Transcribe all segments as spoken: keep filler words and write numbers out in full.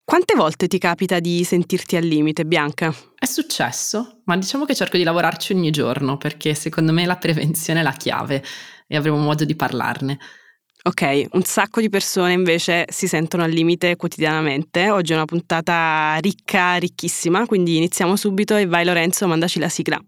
Quante volte ti capita di sentirti al limite, Bianca? È successo, ma diciamo che cerco di lavorarci ogni giorno perché secondo me la prevenzione è la chiave e avremo modo di parlarne. Ok, un sacco di persone invece si sentono al limite quotidianamente. Oggi è una puntata ricca, ricchissima, quindi iniziamo subito e vai Lorenzo, mandaci la sigla.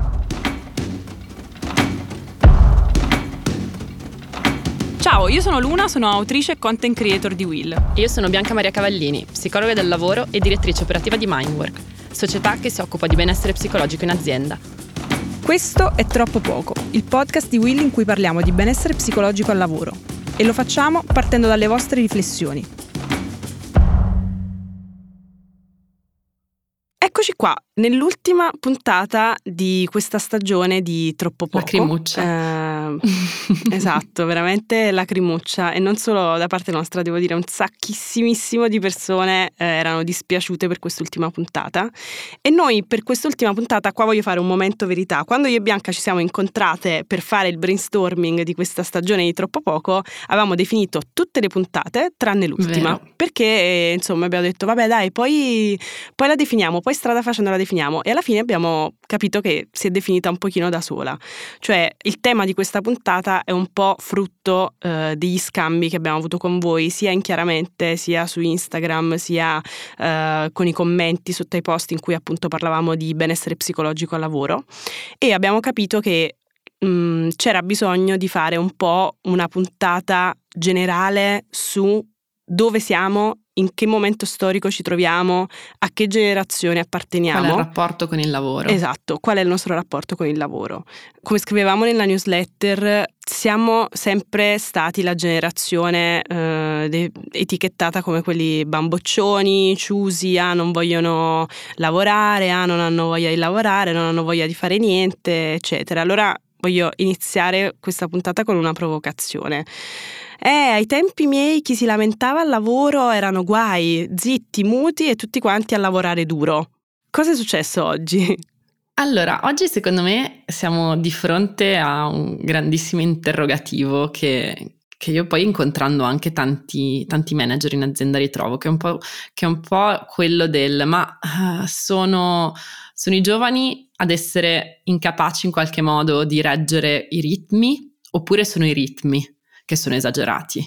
Ciao, io sono Luna, sono autrice e content creator di Will. E io sono Bianca Maria Cavallini, psicologa del lavoro e direttrice operativa di Mindwork, società che si occupa di benessere psicologico in azienda. Questo è Troppo Poco, il podcast di Will in cui parliamo di benessere psicologico al lavoro. E lo facciamo partendo dalle vostre riflessioni. Eccoci qua, nell'ultima puntata di questa stagione di Troppo Poco. Lacrimuccia. Eh, esatto, veramente lacrimuccia. E non solo da parte nostra, devo dire, un sacchissimissimo di persone eh, erano dispiaciute per quest'ultima puntata. E noi per quest'ultima puntata, qua voglio fare un momento verità. Quando io e Bianca ci siamo incontrate per fare il brainstorming di questa stagione di Troppo Poco, avevamo definito tutte le puntate tranne l'ultima. Vero. Perché eh, insomma abbiamo detto vabbè dai, poi, poi la definiamo, poi strada facendo la definiamo, e alla fine abbiamo capito che si è definita un pochino da sola. Cioè il tema di questa puntata è un po' frutto eh, degli scambi che abbiamo avuto con voi, sia in Chiaramente, sia su Instagram, sia eh, con i commenti sotto ai post in cui appunto parlavamo di benessere psicologico al lavoro, e abbiamo capito che mh, c'era bisogno di fare un po' una puntata generale su dove siamo, in che momento storico ci troviamo, a che generazione apparteniamo. Qual è il rapporto con il lavoro? Esatto, qual è il nostro rapporto con il lavoro. Come scrivevamo nella newsletter, siamo sempre stati la generazione eh, de- etichettata come quelli bamboccioni, ciusi, ah non vogliono lavorare, ah non hanno voglia di lavorare, non hanno voglia di fare niente, eccetera. Allora voglio iniziare questa puntata con una provocazione. Eh, ai tempi miei chi si lamentava al lavoro erano guai, zitti, muti e tutti quanti a lavorare duro. Cosa è successo oggi? Allora, oggi secondo me siamo di fronte a un grandissimo interrogativo che, che io poi incontrando anche tanti, tanti manager in azienda ritrovo, che è un po', che è un po' quello del ma uh, sono, sono i giovani ad essere incapaci in qualche modo di reggere i ritmi, oppure sono i ritmi che sono esagerati.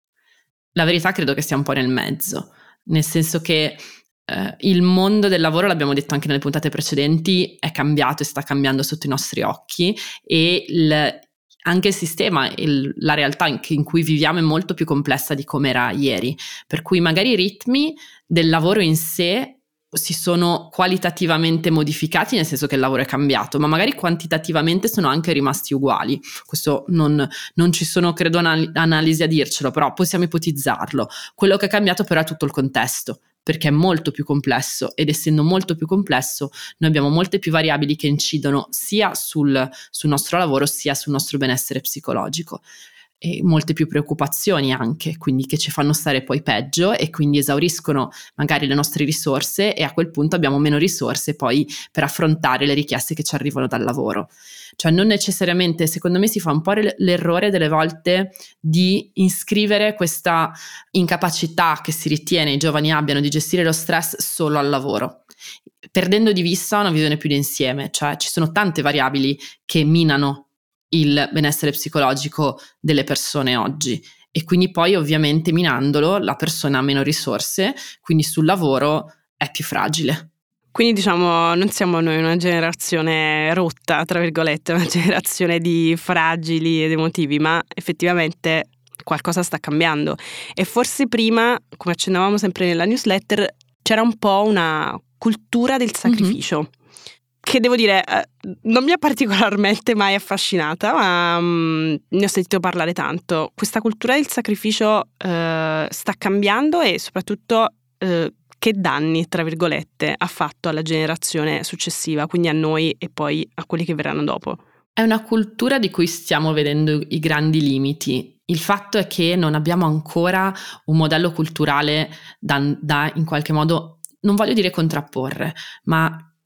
La verità credo che sia un po' nel mezzo, nel senso che eh, il mondo del lavoro, l'abbiamo detto anche nelle puntate precedenti, è cambiato e sta cambiando sotto i nostri occhi, e il, anche il sistema, il, la realtà in, in cui viviamo è molto più complessa di come era ieri, per cui magari i ritmi del lavoro in sé si sono qualitativamente modificati, nel senso che il lavoro è cambiato, ma magari quantitativamente sono anche rimasti uguali. Questo non, non ci sono, credo, anal- analisi a dircelo, però possiamo ipotizzarlo. Quello che è cambiato però è tutto il contesto, perché è molto più complesso, ed essendo molto più complesso noi abbiamo molte più variabili che incidono sia sul, sul nostro lavoro sia sul nostro benessere psicologico. E molte più preoccupazioni anche, quindi che ci fanno stare poi peggio e quindi esauriscono magari le nostre risorse, e a quel punto abbiamo meno risorse poi per affrontare le richieste che ci arrivano dal lavoro. Cioè non necessariamente, secondo me si fa un po' l'errore delle volte di iscrivere questa incapacità che si ritiene i giovani abbiano di gestire lo stress solo al lavoro, perdendo di vista una visione più d'insieme. Cioè ci sono tante variabili che minano il benessere psicologico delle persone oggi, e quindi poi ovviamente minandolo la persona ha meno risorse, quindi sul lavoro è più fragile. Quindi diciamo non siamo noi una generazione rotta, tra virgolette, una generazione di fragili ed emotivi, ma effettivamente qualcosa sta cambiando. E forse prima, come accennavamo sempre nella newsletter, c'era un po' una cultura del sacrificio. Mm-hmm. Che devo dire, eh, non mi ha particolarmente mai affascinata, ma um, ne ho sentito parlare tanto. Questa cultura del sacrificio eh, sta cambiando, e soprattutto eh, che danni, tra virgolette, ha fatto alla generazione successiva, quindi a noi e poi a quelli che verranno dopo. È una cultura di cui stiamo vedendo i grandi limiti. Il fatto è che non abbiamo ancora un modello culturale da, da in qualche modo, non voglio dire contrapporre, ma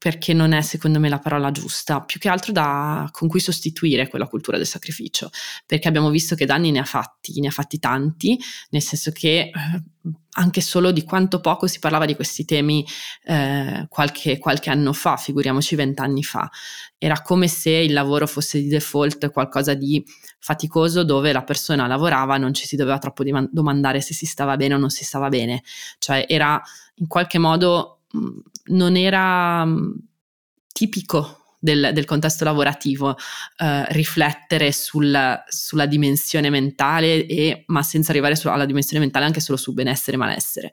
perché non è secondo me la parola giusta, più che altro da, con cui sostituire quella cultura del sacrificio, perché abbiamo visto che danni ne ha fatti, ne ha fatti tanti, nel senso che eh, anche solo di quanto poco si parlava di questi temi eh, qualche, qualche anno fa, figuriamoci vent'anni fa. Era come se il lavoro fosse di default qualcosa di faticoso, dove la persona lavorava, non ci si doveva troppo domandare se si stava bene o non si stava bene, cioè era in qualche modo, non era tipico del, del contesto lavorativo eh, riflettere sul, sulla dimensione mentale, e, ma senza arrivare su, alla dimensione mentale anche solo su benessere e malessere.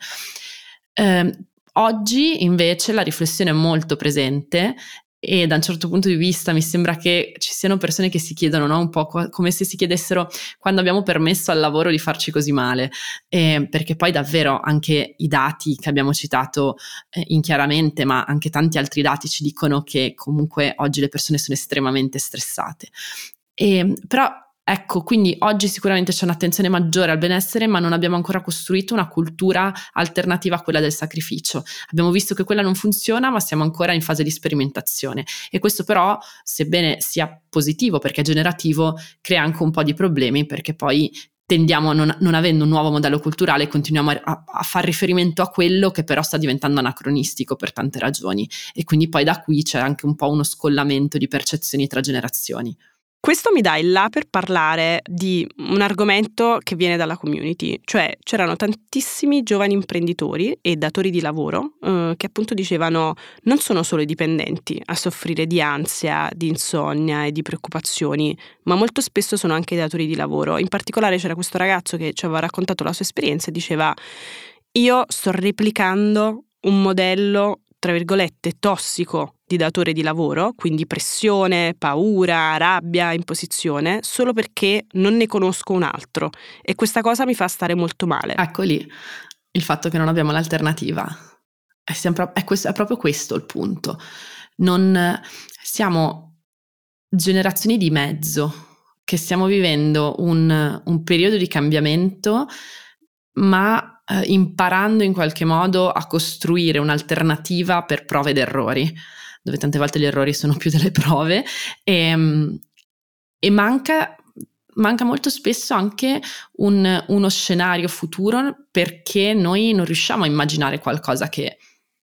Eh, oggi invece la riflessione è molto presente, e da un certo punto di vista mi sembra che ci siano persone che si chiedono, no? Un po' co- come se si chiedessero quando abbiamo permesso al lavoro di farci così male, eh, perché poi davvero anche i dati che abbiamo citato eh, in chiaramente, ma anche tanti altri dati ci dicono che comunque oggi le persone sono estremamente stressate. E, però ecco, quindi oggi sicuramente c'è un'attenzione maggiore al benessere, ma non abbiamo ancora costruito una cultura alternativa a quella del sacrificio. Abbiamo visto che quella non funziona, ma siamo ancora in fase di sperimentazione, e questo però, sebbene sia positivo perché è generativo, crea anche un po' di problemi, perché poi tendiamo, non, non avendo un nuovo modello culturale, continuiamo a, a far riferimento a quello che però sta diventando anacronistico per tante ragioni, e quindi poi da qui c'è anche un po' uno scollamento di percezioni tra generazioni. Questo mi dà il là per parlare di un argomento che viene dalla community, cioè c'erano tantissimi giovani imprenditori e datori di lavoro eh, che appunto dicevano non sono solo i dipendenti a soffrire di ansia, di insonnia e di preoccupazioni, ma molto spesso sono anche i datori di lavoro. In particolare c'era questo ragazzo che ci aveva raccontato la sua esperienza e diceva: io sto replicando un modello tra virgolette tossico di datore di lavoro, quindi pressione, paura, rabbia, imposizione, solo perché non ne conosco un altro, e questa cosa mi fa stare molto male. Ecco lì il fatto che non abbiamo l'alternativa. È, sempre, è, questo, è proprio questo il punto. Non siamo generazioni di mezzo che stiamo vivendo un, un periodo di cambiamento, ma eh, imparando in qualche modo a costruire un'alternativa per prove ed errori, dove tante volte gli errori sono più delle prove, e, e manca, manca molto spesso anche un, uno scenario futuro, perché noi non riusciamo a immaginare qualcosa che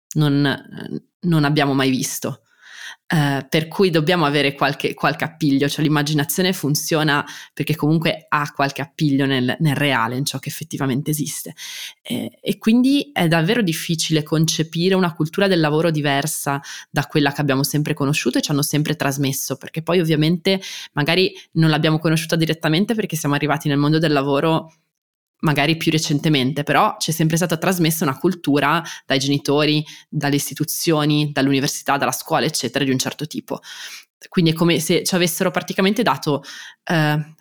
non, non abbiamo mai visto. Uh, per cui dobbiamo avere qualche, qualche appiglio, cioè l'immaginazione funziona perché comunque ha qualche appiglio nel, nel reale, in ciò che effettivamente esiste, eh, e quindi è davvero difficile concepire una cultura del lavoro diversa da quella che abbiamo sempre conosciuto e ci hanno sempre trasmesso, perché poi ovviamente magari non l'abbiamo conosciuta direttamente perché siamo arrivati nel mondo del lavoro magari più recentemente, però c'è sempre stata trasmessa una cultura dai genitori, dalle istituzioni, dall'università, dalla scuola, eccetera, di un certo tipo. Quindi è come se ci avessero praticamente dato eh,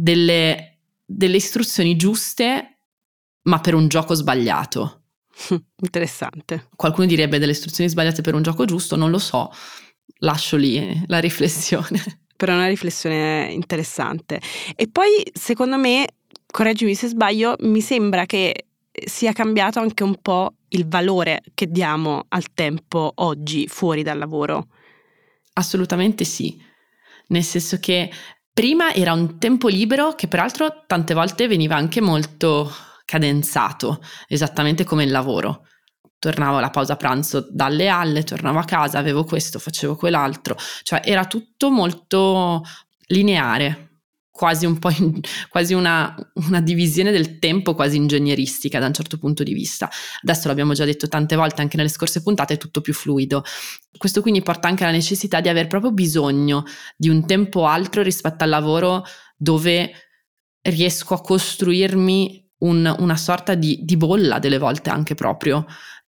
delle, delle istruzioni giuste, ma per un gioco sbagliato. Interessante. Qualcuno direbbe delle istruzioni sbagliate per un gioco giusto, non lo so, lascio lì la riflessione. Però è una riflessione interessante. E poi, secondo me, correggimi se sbaglio, mi sembra che sia cambiato anche un po' il valore che diamo al tempo oggi fuori dal lavoro. Assolutamente sì, nel senso che prima era un tempo libero che peraltro tante volte veniva anche molto cadenzato, esattamente come il lavoro. Tornavo alla pausa pranzo dalle alle, tornavo a casa, avevo questo, facevo quell'altro, cioè era tutto molto lineare, quasi un po' in, quasi una, una divisione del tempo quasi ingegneristica da un certo punto di vista. Adesso l'abbiamo già detto tante volte anche nelle scorse puntate, è tutto più fluido. Questo quindi porta anche alla necessità di aver proprio bisogno di un tempo altro rispetto al lavoro, dove riesco a costruirmi un, una sorta di, di bolla, delle volte anche proprio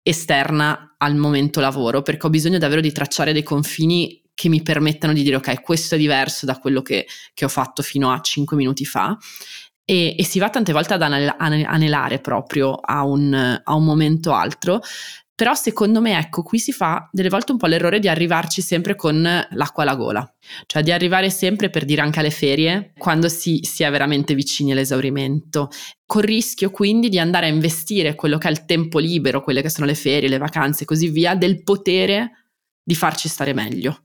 esterna al momento lavoro, perché ho bisogno davvero di tracciare dei confini che mi permettano di dire ok, questo è diverso da quello che, che ho fatto fino a cinque minuti fa, e, e si va tante volte ad anelare proprio a un, a un momento altro. Però secondo me, ecco, qui si fa delle volte un po' l'errore di arrivarci sempre con l'acqua alla gola, cioè di arrivare sempre, per dire anche alle ferie, quando si, si è veramente vicini all'esaurimento, col rischio quindi di andare a investire quello che è il tempo libero, quelle che sono le ferie, le vacanze e così via, del potere di farci stare meglio,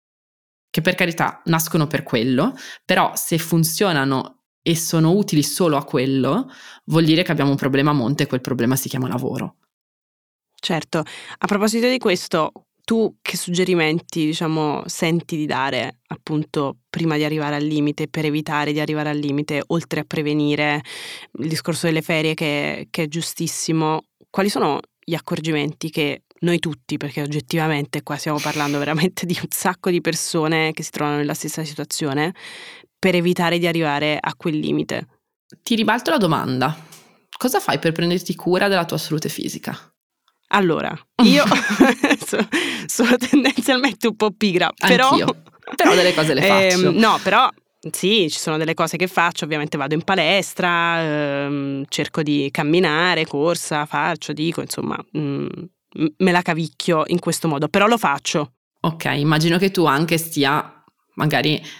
che per carità nascono per quello, però se funzionano e sono utili solo a quello, vuol dire che abbiamo un problema a monte e quel problema si chiama lavoro. Certo, a proposito di questo, tu che suggerimenti, diciamo, senti di dare appunto prima di arrivare al limite, per evitare di arrivare al limite, oltre a prevenire il discorso delle ferie che, che è giustissimo? Quali sono gli accorgimenti che noi tutti, perché oggettivamente qua stiamo parlando veramente di un sacco di persone che si trovano nella stessa situazione, per evitare di arrivare a quel limite? Ti ribalto la domanda: cosa fai per prenderti cura della tua salute fisica? Allora, io sono, sono tendenzialmente un po' pigra, però... Anch'io, però delle cose le faccio. Ehm, no, però sì, ci sono delle cose che faccio, ovviamente vado in palestra, ehm, cerco di camminare, corsa, faccio, dico, insomma, mm, me la cavicchio in questo modo, però lo faccio. Ok, immagino che tu anche stia magari eh,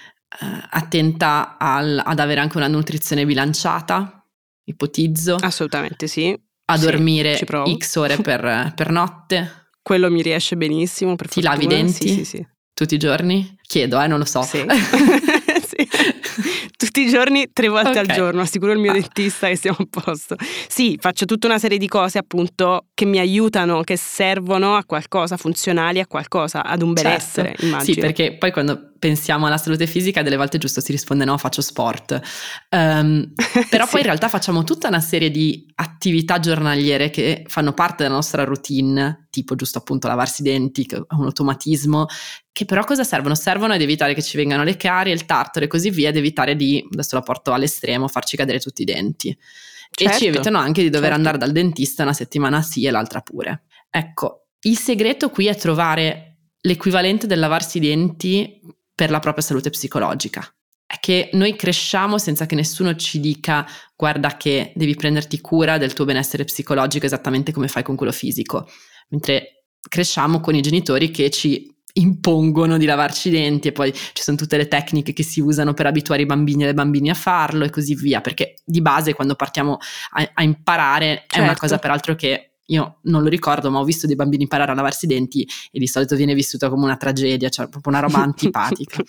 attenta al, ad avere anche una nutrizione bilanciata, ipotizzo. Assolutamente sì. A Sì, dormire ci provo. X ore per, per notte. Quello mi riesce benissimo, per Ti fortuna. lavi i denti? Sì, sì, sì. Tutti i giorni? Chiedo, eh, non lo so. Sì. Sì. Tutti i giorni, tre volte Ok. al giorno, assicuro il mio Ah. dentista che siamo a posto. Sì, faccio tutta una serie di cose appunto che mi aiutano, che servono a qualcosa, funzionali a qualcosa, ad un benessere, Certo. immagino. Sì, perché poi quando pensiamo alla salute fisica delle volte giusto si risponde no, faccio sport. Um, però Sì. poi in realtà facciamo tutta una serie di attività giornaliere che fanno parte della nostra routine, tipo giusto appunto lavarsi i denti, che è un automatismo, che però cosa servono? Servono ad evitare che ci vengano le carie, il tartaro e così via, ad evitare di, adesso la porto all'estremo, farci cadere tutti i denti. Certo, e ci evitano anche di dover certo. andare dal dentista una settimana sì e l'altra pure. Ecco, il segreto qui è trovare l'equivalente del lavarsi i denti per la propria salute psicologica. È che noi cresciamo senza che nessuno ci dica guarda che devi prenderti cura del tuo benessere psicologico esattamente come fai con quello fisico, mentre cresciamo con i genitori che ci impongono di lavarci i denti e poi ci sono tutte le tecniche che si usano per abituare i bambini e le bambine a farlo e così via, perché di base quando partiamo a, a imparare Certo. è una cosa peraltro che io non lo ricordo, ma ho visto dei bambini imparare a lavarsi i denti e di solito viene vissuta come una tragedia, cioè proprio una roba antipatica.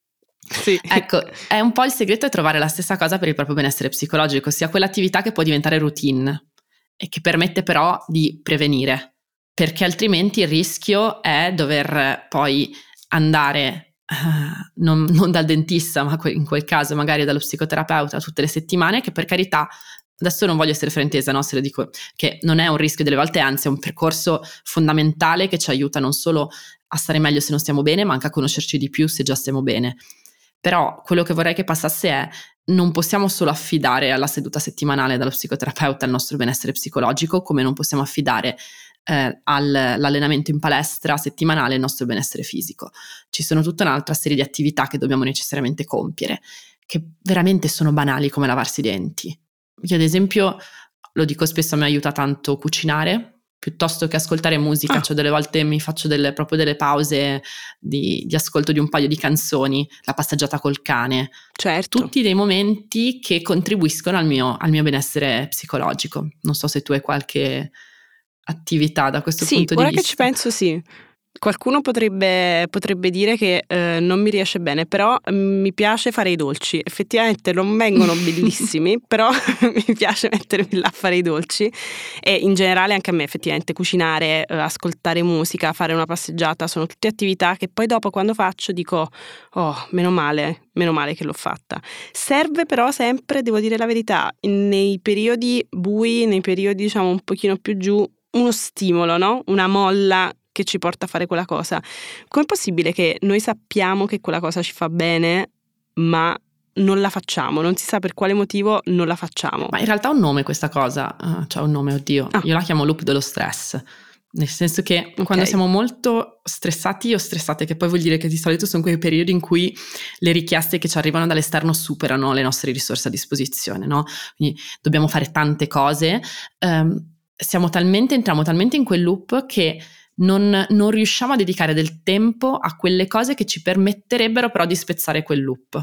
Sì. Ecco, è un po' il segreto è trovare la stessa cosa per il proprio benessere psicologico, ossia quell'attività che può diventare routine e che permette però di prevenire, perché altrimenti il rischio è dover poi andare uh, non, non dal dentista, ma in quel caso magari dallo psicoterapeuta tutte le settimane, che per carità, adesso non voglio essere fraintesa, no? Se lo dico, che non è un rischio delle volte, anzi è un percorso fondamentale che ci aiuta non solo a stare meglio se non stiamo bene, ma anche a conoscerci di più se già stiamo bene. Però quello che vorrei che passasse è non possiamo solo affidare alla seduta settimanale dallo psicoterapeuta il nostro benessere psicologico, come non possiamo affidare eh, all'allenamento in palestra settimanale il nostro benessere fisico. Ci sono tutta un'altra serie di attività che dobbiamo necessariamente compiere, che veramente sono banali come lavarsi i denti. Io ad esempio, lo dico spesso, mi aiuta tanto cucinare, piuttosto che ascoltare musica, Ah. cioè delle volte mi faccio delle, proprio delle pause di, di ascolto di un paio di canzoni, la passeggiata col cane, Certo. tutti dei momenti che contribuiscono al mio, al mio benessere psicologico. Non so se tu hai qualche attività da questo Sì, punto di ora vista. che ci penso sì. Qualcuno potrebbe, potrebbe dire che eh, non mi riesce bene, però mm, mi piace fare i dolci. Effettivamente non vengono bellissimi, però mi piace mettermi là a fare i dolci. E in generale anche a me effettivamente cucinare, eh, ascoltare musica, fare una passeggiata, sono tutte attività che poi dopo quando faccio dico oh, meno male, meno male che l'ho fatta. Serve però sempre, devo dire la verità, nei periodi bui, nei periodi diciamo un pochino più giù, uno stimolo, no? Una molla che ci porta a fare quella cosa. Com'è possibile che noi sappiamo che quella cosa ci fa bene, ma non la facciamo? Non si sa per quale motivo non la facciamo. Ma in realtà ha un nome questa cosa, uh, cioè un nome, oddio, Ah. io la chiamo loop dello stress. Nel senso che Ok. quando siamo molto stressati o stressate, che poi vuol dire che di solito sono quei periodi in cui le richieste che ci arrivano dall'esterno superano le nostre risorse a disposizione, no? Quindi dobbiamo fare tante cose, um, siamo talmente, entriamo talmente in quel loop che non, non riusciamo a dedicare del tempo a quelle cose che ci permetterebbero però di spezzare quel loop.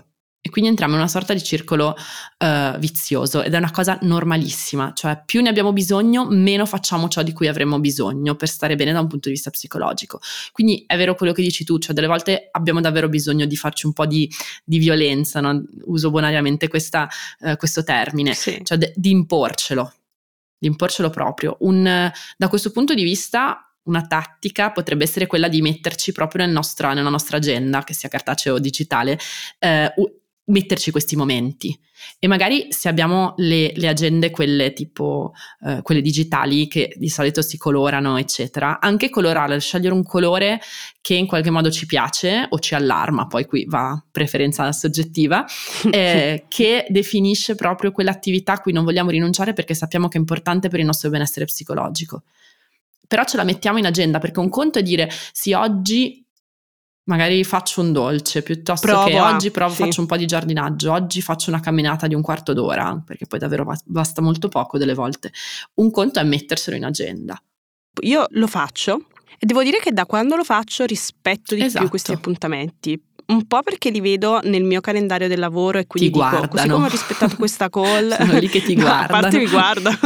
E quindi entriamo in una sorta di circolo uh, vizioso, ed è una cosa normalissima, cioè più ne abbiamo bisogno, meno facciamo ciò di cui avremmo bisogno per stare bene da un punto di vista psicologico. Quindi è vero quello che dici tu, cioè delle volte abbiamo davvero bisogno di farci un po' di, di violenza, no? Uso bonariamente questa, uh, questo termine, sì. cioè de- di imporcelo, di imporcelo proprio. Un, da questo punto di vista una tattica potrebbe essere quella di metterci proprio nel nostra, nella nostra agenda, che sia cartacea o digitale, eh, metterci questi momenti, e magari se abbiamo le, le agende quelle tipo eh, quelle digitali che di solito si colorano eccetera, anche colorare, scegliere un colore che in qualche modo ci piace o ci allarma, poi qui va preferenza soggettiva, eh, che definisce proprio quell'attività a cui non vogliamo rinunciare perché sappiamo che è importante per il nostro benessere psicologico. Però ce la mettiamo in agenda, perché un conto è dire sì, oggi magari faccio un dolce, piuttosto provo che a, oggi provo, sì. faccio un po' di giardinaggio, oggi faccio una camminata di un quarto d'ora, perché poi davvero basta molto poco delle volte. Un conto è metterselo in agenda. Io lo faccio e devo dire che da quando lo faccio rispetto di esatto. più questi appuntamenti. Un po' perché li vedo nel mio calendario del lavoro e quindi ti dico, guardano. così come ho rispettato questa call, sono lì che ti no, guardano. A parte mi guardano.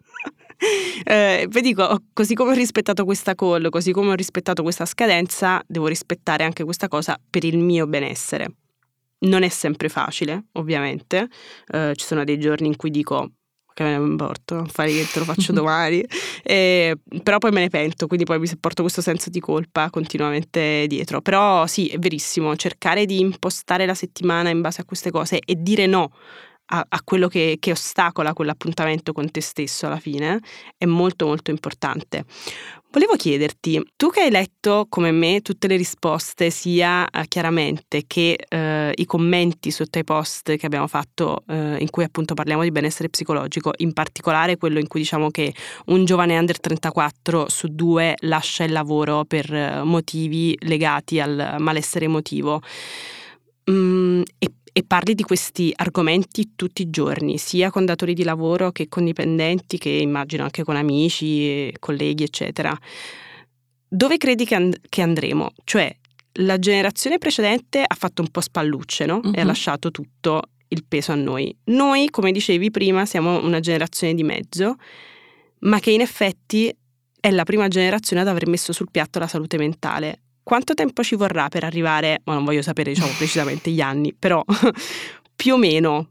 Eh, poi dico, così come ho rispettato questa call, così come ho rispettato questa scadenza, devo rispettare anche questa cosa per il mio benessere. Non è sempre facile, ovviamente, eh, ci sono dei giorni in cui dico che me ne importa, fare che te lo faccio domani, eh, però poi me ne pento, quindi poi mi porto questo senso di colpa continuamente dietro. Però sì, è verissimo, cercare di impostare la settimana in base a queste cose e dire no a, a quello che, che ostacola quell'appuntamento con te stesso alla fine è molto molto importante. Volevo chiederti, tu che hai letto come me tutte le risposte sia eh, chiaramente che eh, i commenti sotto ai post che abbiamo fatto eh, in cui appunto parliamo di benessere psicologico, in particolare quello in cui diciamo che un giovane under trentaquattro su due lascia il lavoro per eh, motivi legati al malessere emotivo, mm, e E parli di questi argomenti tutti i giorni, sia con datori di lavoro che con dipendenti, che immagino anche con amici, colleghi, eccetera. Dove credi che, and- che andremo? Cioè, la generazione precedente ha fatto un po' spallucce, no? Uh-huh. E ha lasciato tutto il peso a noi. Noi, come dicevi prima, siamo una generazione di mezzo, ma che in effetti è la prima generazione ad aver messo sul piatto la salute mentale. Quanto tempo ci vorrà per arrivare, ma non voglio sapere diciamo precisamente gli anni, però più o meno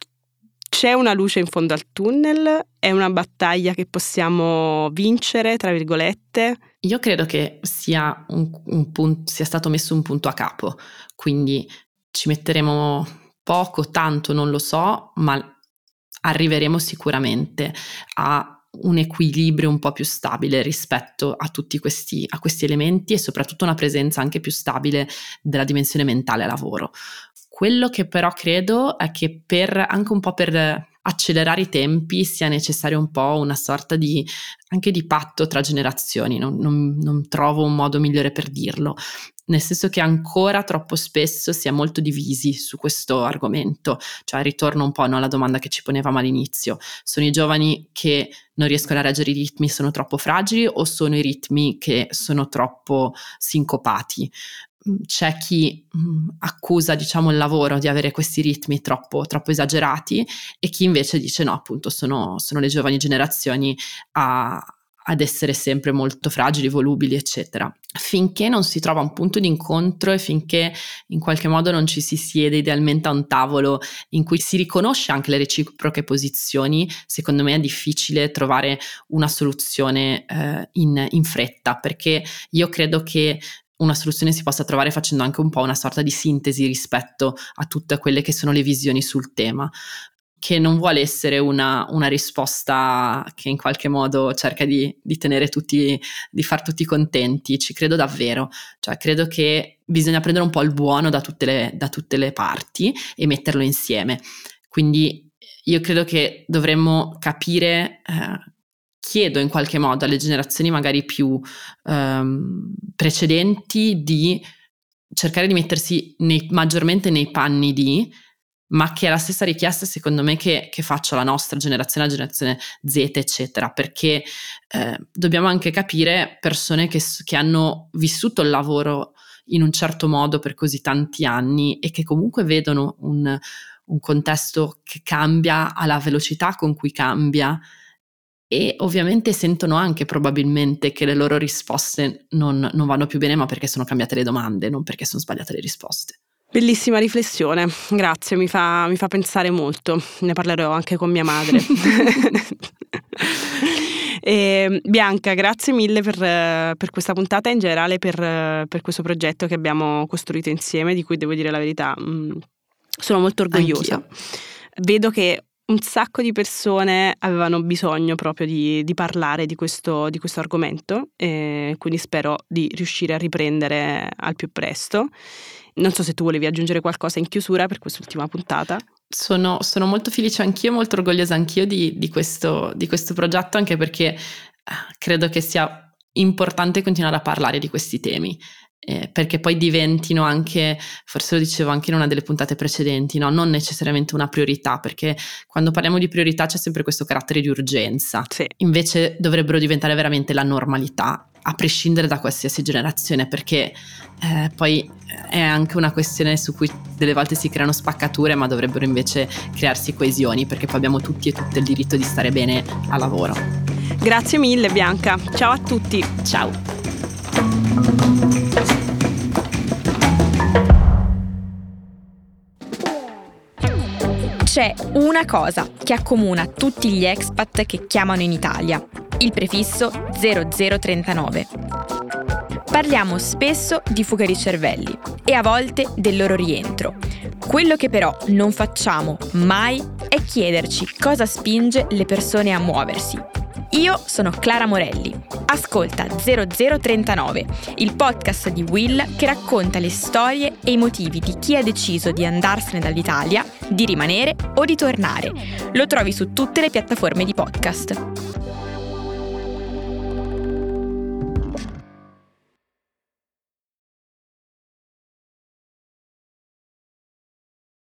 c'è una luce in fondo al tunnel? È una battaglia che possiamo vincere, tra virgolette? Io credo che sia, un, un punto, sia stato messo un punto a capo, quindi ci metteremo poco, tanto, non lo so, ma arriveremo sicuramente a un equilibrio un po' più stabile rispetto a tutti questi, a questi elementi, e soprattutto una presenza anche più stabile della dimensione mentale a lavoro. Quello che però credo è che per anche un po' per accelerare i tempi sia necessario un po' una sorta di anche di patto tra generazioni, non, non, non trovo un modo migliore per dirlo, nel senso che ancora troppo spesso si è molto divisi su questo argomento, cioè ritorno un po', no, alla domanda che ci ponevamo all'inizio: sono i giovani che non riescono a reggere i ritmi, sono troppo fragili, o sono i ritmi che sono troppo sincopati? C'è chi mh, accusa diciamo il lavoro di avere questi ritmi troppo, troppo esagerati, e chi invece dice no, appunto sono, sono le giovani generazioni a, ad essere sempre molto fragili, volubili eccetera. Finché non si trova un punto di incontro e finché in qualche modo non ci si siede idealmente a un tavolo in cui si riconosce anche le reciproche posizioni, secondo me è difficile trovare una soluzione eh, in, in fretta, perché io credo che una soluzione si possa trovare facendo anche un po' una sorta di sintesi rispetto a tutte quelle che sono le visioni sul tema, che non vuole essere una, una risposta che in qualche modo cerca di, di tenere tutti, di far tutti contenti. Ci credo davvero, cioè credo che bisogna prendere un po' il buono da tutte le, da tutte le parti e metterlo insieme. Quindi io credo che dovremmo capire, eh, chiedo in qualche modo alle generazioni magari più ehm, precedenti di cercare di mettersi nei, maggiormente nei panni di, ma che è la stessa richiesta secondo me che, che faccio alla nostra generazione, la generazione Z eccetera, perché eh, dobbiamo anche capire persone che, che hanno vissuto il lavoro in un certo modo per così tanti anni e che comunque vedono un, un contesto che cambia alla velocità con cui cambia, e ovviamente sentono anche probabilmente che le loro risposte non, non vanno più bene, ma perché sono cambiate le domande, non perché sono sbagliate le risposte. Bellissima riflessione, grazie, mi fa, mi fa pensare molto, ne parlerò anche con mia madre. E, Bianca, grazie mille per, per questa puntata e in generale per, per questo progetto che abbiamo costruito insieme, di cui devo dire la verità, mh, sono molto orgogliosa. Anch'io. Vedo che un sacco di persone avevano bisogno proprio di, di parlare di questo, di questo argomento, e quindi spero di riuscire a riprendere al più presto. Non so se tu volevi aggiungere qualcosa in chiusura per quest'ultima puntata. Sono, sono molto felice anch'io, molto orgogliosa anch'io di, di, questo, di questo progetto, anche perché credo che sia importante continuare a parlare di questi temi, eh, perché poi diventino anche, forse lo dicevo anche in una delle puntate precedenti, no? Non necessariamente una priorità, perché quando parliamo di priorità c'è sempre questo carattere di urgenza. Sì. Invece dovrebbero diventare veramente la normalità, a prescindere da qualsiasi generazione, perché eh, poi è anche una questione su cui delle volte si creano spaccature, ma dovrebbero invece crearsi coesioni, perché poi abbiamo tutti e tutte il diritto di stare bene a lavoro. Grazie mille Bianca, ciao a tutti. Ciao. C'è una cosa che accomuna tutti gli expat che chiamano in Italia: il prefisso zero zero trentanove. Parliamo spesso di fuga di cervelli e a volte del loro rientro. Quello che però non facciamo mai è chiederci cosa spinge le persone a muoversi. Io sono Clara Morelli. Ascolta zero zero trentanove, il podcast di Will che racconta le storie e i motivi di chi ha deciso di andarsene dall'Italia, di rimanere o di tornare. Lo trovi su tutte le piattaforme di podcast.